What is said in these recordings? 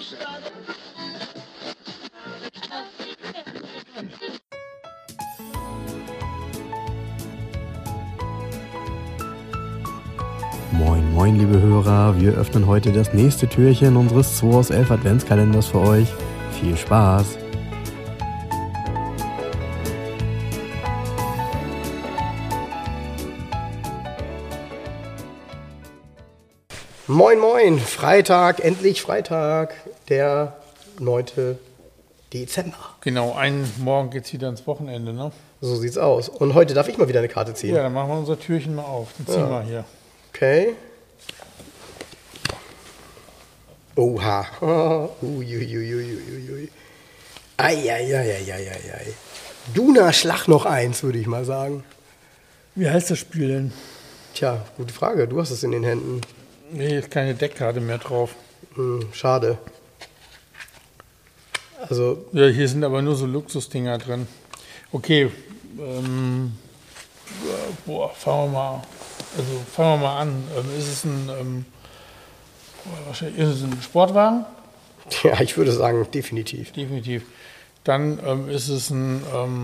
Moin, moin, liebe Hörer. Wir öffnen heute das nächste Türchen unseres 2 aus 11 Adventskalenders für euch. Viel Spaß! Moin, moin, Freitag, endlich Freitag, der 9. Dezember. Genau, morgen geht es wieder ins Wochenende, ne? So sieht's aus. Und heute darf ich mal wieder eine Karte ziehen. Ja, dann machen wir unser Türchen mal auf. Dann ziehen wir hier. Okay. Oha. Uiuiuiuiui. Eieieiei. Duna Schlag noch eins, würde ich mal sagen. Wie heißt das Spiel denn? Tja, gute Frage. Du hast es in den Händen. Nee, ist keine Deckkarte mehr drauf. Schade. Also. Ja, hier sind aber nur so Luxusdinger drin. Okay. Fangen wir mal an. Ist es ein Sportwagen? Ja, ich würde sagen, definitiv. Definitiv. Dann ist es ein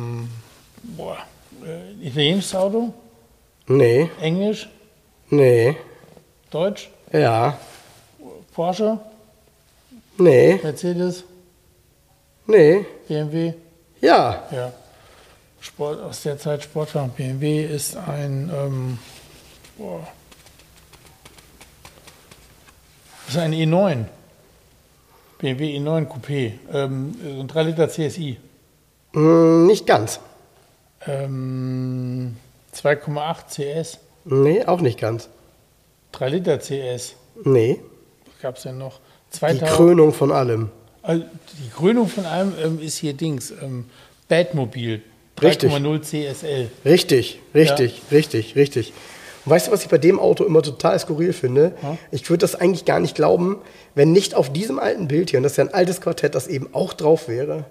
italienisches Auto? Nee. Englisch? Nee. Deutsch? Ja. Porsche? Nee. Mercedes? Nee. BMW? Ja. Ja. Sport aus der Zeit Sportwagen. BMW ist ein das ist ein E9. BMW E9 Coupé. Ein 3 Liter CSI. Nicht ganz. 2,8 CS. Nee, auch nicht ganz. 3 Liter CS. Nee. Was gab es denn noch? Die Krönung von allem. Die Krönung von allem ist hier Dings. Batmobil. Richtig. 3,0 CSL. Richtig. Und weißt du, was ich bei dem Auto immer total skurril finde? Ja. Ich würde das eigentlich gar nicht glauben, wenn nicht auf diesem alten Bild hier, und das ist ja ein altes Quartett, das eben auch drauf wäre,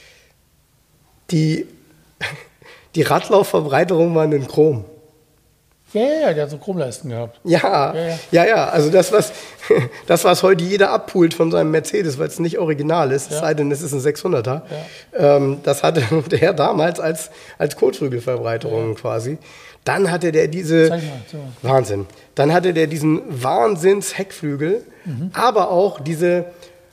die Radlaufverbreiterung war in Chrom. Ja, der hat so Chromleisten gehabt. Ja. Also das, was heute jeder abpult von seinem Mercedes, weil es nicht original ist, es sei denn, es ist ein 600er, das hatte der damals als Kotflügelverbreiterung quasi. Dann hatte der Wahnsinn. Dann hatte der diesen Wahnsinns-Heckflügel, aber auch diese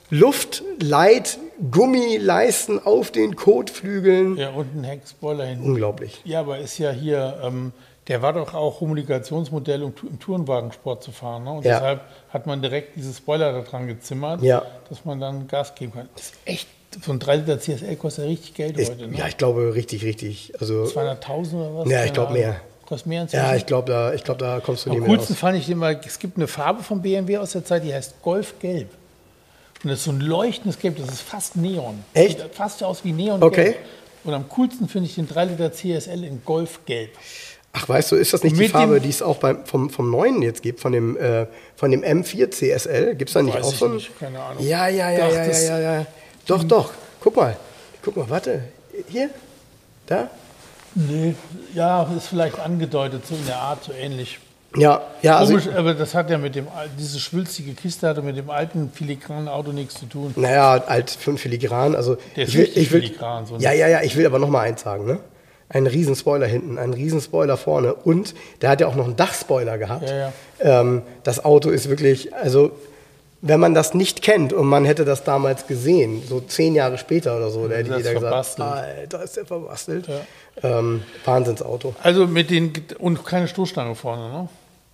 Luftleit-Gummileisten auf den Kotflügeln. Ja, und ein Heckspoiler hinten. Unglaublich. Ja, aber ist ja hier, der war doch auch Kommunikationsmodell, um im Tourenwagensport zu fahren. Ne? Und deshalb hat man direkt diese Spoiler da dran gezimmert, dass man dann Gas geben kann. Das ist echt, so ein 3 Liter CSL kostet ja richtig Geld heute. Ne? Ja, ich glaube richtig. Also 200.000 oder was? Ja, ich glaube mehr. Kostet mehr inzwischen? Ja, ich glaube, da kommst du nie mehr raus. Am coolsten fand ich immer, es gibt eine Farbe von BMW aus der Zeit, die heißt Golfgelb. Und das ist so ein leuchtendes Gelb, das ist fast Neon. Echt? Sieht fast aus wie Neongelb. Okay. Und am coolsten finde ich den 3 Liter CSL in Golfgelb. Ach, weißt du, ist das nicht die Farbe, die es auch vom Neuen jetzt gibt, von dem M4 CSL? Gibt es da nicht auch so ein? Nicht, keine Ahnung. Ja. Doch. Guck mal, warte. Hier? Da? Nee, ja, ist vielleicht angedeutet, so in der Art, so ähnlich. Ja. Komisch, aber das hat ja diese schwülstige Kiste hatte mit dem alten filigranen Auto nichts zu tun. Naja, alt für ein Filigran, also der ist filigran. So ich will aber noch mal eins sagen, ne? Ein Riesenspoiler hinten, ein Riesenspoiler vorne und der hat ja auch noch einen Dachspoiler gehabt. Ja. Das Auto ist wirklich, also wenn man das nicht kennt und man hätte das damals gesehen, so 10 Jahre später oder so, da hätte jeder gesagt, Alter, ist der verbastelt. Ja. Wahnsinnsauto. Also und keine Stoßstange vorne, ne?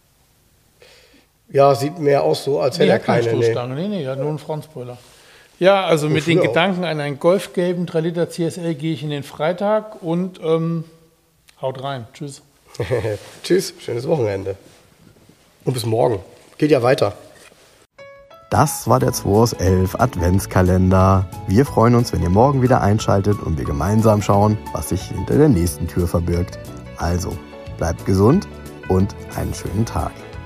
Ja, sieht mehr aus so, als hätte er keine. Stoßstange. Nee, er hat nur einen Frontspoiler. Ja, also mit den Gedanken an einen golfgelben 3 Liter CSL gehe ich in den Freitag und haut rein. Tschüss. Tschüss, schönes Wochenende. Und bis morgen. Geht ja weiter. Das war der 2 aus 11 Adventskalender. Wir freuen uns, wenn ihr morgen wieder einschaltet und wir gemeinsam schauen, was sich hinter der nächsten Tür verbirgt. Also, bleibt gesund und einen schönen Tag.